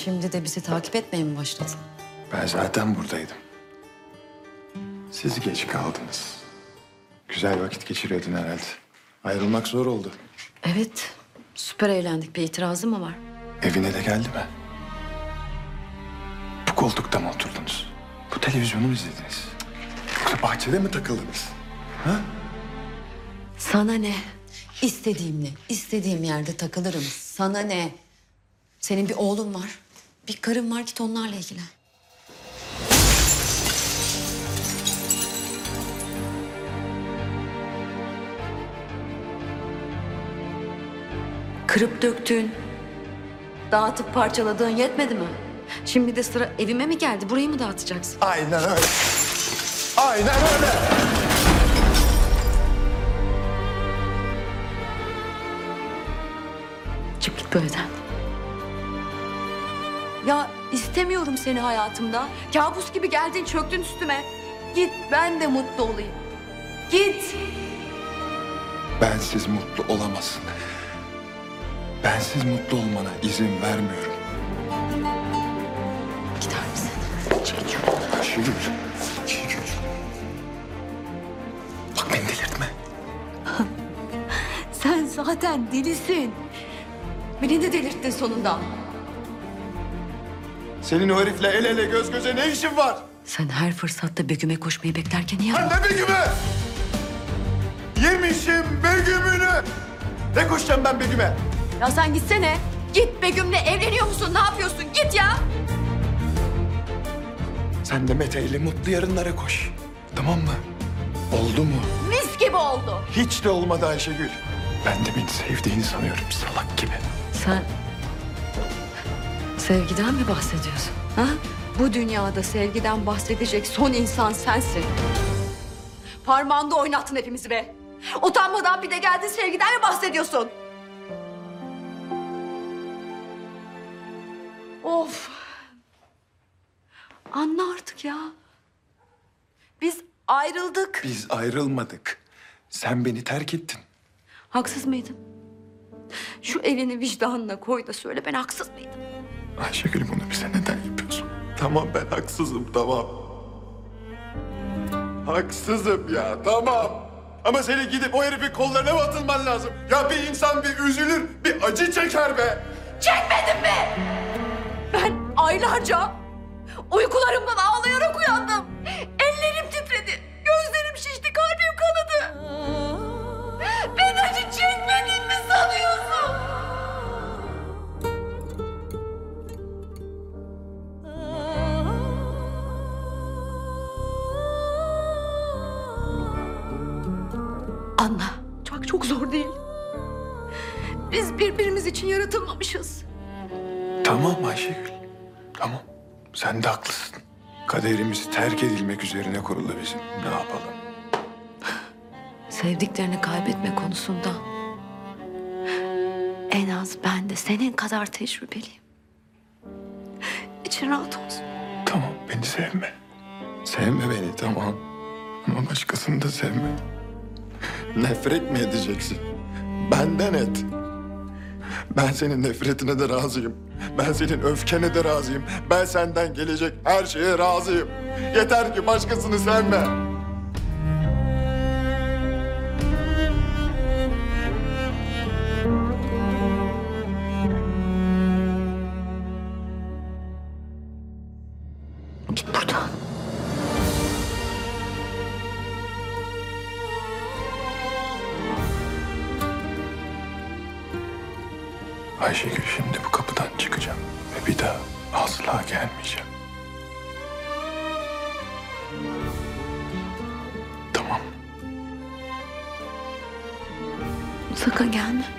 Şimdi de bizi takip etmeye mi başladın? Ben zaten buradaydım. Siz geç kaldınız. Güzel vakit geçiriyordun herhalde. Ayrılmak zor oldu. Evet, süper eğlendik. Bir itirazın mı var? Evine de geldi mi? Bu koltukta mı oturdunuz? Bu televizyonu mu izlediniz? Yoksa bahçede mi takıldınız? Ha? Sana ne? İstediğimle, istediğim yerde takılırım. Sana ne? Senin bir oğlun var, bir karın var, git onlarla ilgilen. Kırıp döktüğün, dağıtıp parçaladığın yetmedi mi? Şimdi de sıra evime mi geldi? Burayı mı dağıtacaksın? Aynen öyle. Aynen öyle. Çık git bu evden. Ya istemiyorum seni hayatımda. Kabus gibi geldin, çöktün üstüme. Git, ben de mutlu olayım. Git. Bensiz mutlu olamazsın. Bensiz mutlu olmana izin vermiyorum. Gider misin? Çekil. Ayşegül. Ayşegül. Bak beni delirtme. Sen zaten delisin. Beni de delirttin sonunda. Senin o herifle el ele göz göze ne işin var? Sen her fırsatta Begüm'e koşmayı beklerken niye... Lan ne Begüm'ü? Yemişim Begüm'ünü. Ne koşacağım ben Begüm'e? Ya sen gitsene. Git, Begüm'le evleniyor musun? Ne yapıyorsun? Git ya. Sen de Mete ile mutlu yarınlara koş. Tamam mı? Oldu mu? Mis gibi oldu. Hiç de olmadı Ayşegül. Ben de beni sevdiğini sanıyorum salak gibi. Sen sevgiden mi bahsediyorsun? Ha? Bu dünyada sevgiden bahsedecek son insan sensin. Parmağında oynattın hepimizi be. Utanmadan bir de geldin sevgiden mi bahsediyorsun? Of. Anla artık ya. Biz ayrıldık. Biz ayrılmadık. Sen beni terk ettin. Haksız mıydım? Şu elini vicdanına koy da söyle, ben haksız mıydım? Ayşegül bunu bize neden yapıyorsun? Tamam ben haksızım tamam. Haksızım ya tamam. Ama senin gidip o herifin kollarına mı atılman lazım? Ya bir insan bir üzülür, bir acı çeker be. Çekmedin mi? Ben aylarca uykularımdan ağlayarak uyandım. Ellerim titredi, gözlerim şişti, kalbim kanadı. Ben acı çekmediğimi mi sanıyorsun? Anla, çok zor değil. Biz birbirimiz için yaratılmamışız. Tamam Ayşegül. Tamam. Sen de haklısın. Kaderimiz terk edilmek üzerine kurulu bizim. Ne yapalım? Sevdiklerini kaybetme konusunda en az ben de senin kadar tecrübeliyim. İçin rahat olsun. Tamam beni sevme. Sevme beni tamam. Ama başkasını da sevme. Nefret mi edeceksin? Benden et. Ben senin nefretine de razıyım. Ben senin öfkene de razıyım. Ben senden gelecek her şeye razıyım. Yeter ki başkasını sevme. Git buradan. Ayşegül şimdi bu kapıdan çıkacağım. Ve bir daha asla gelmeyeceğim. Tamam. Sakın gelme.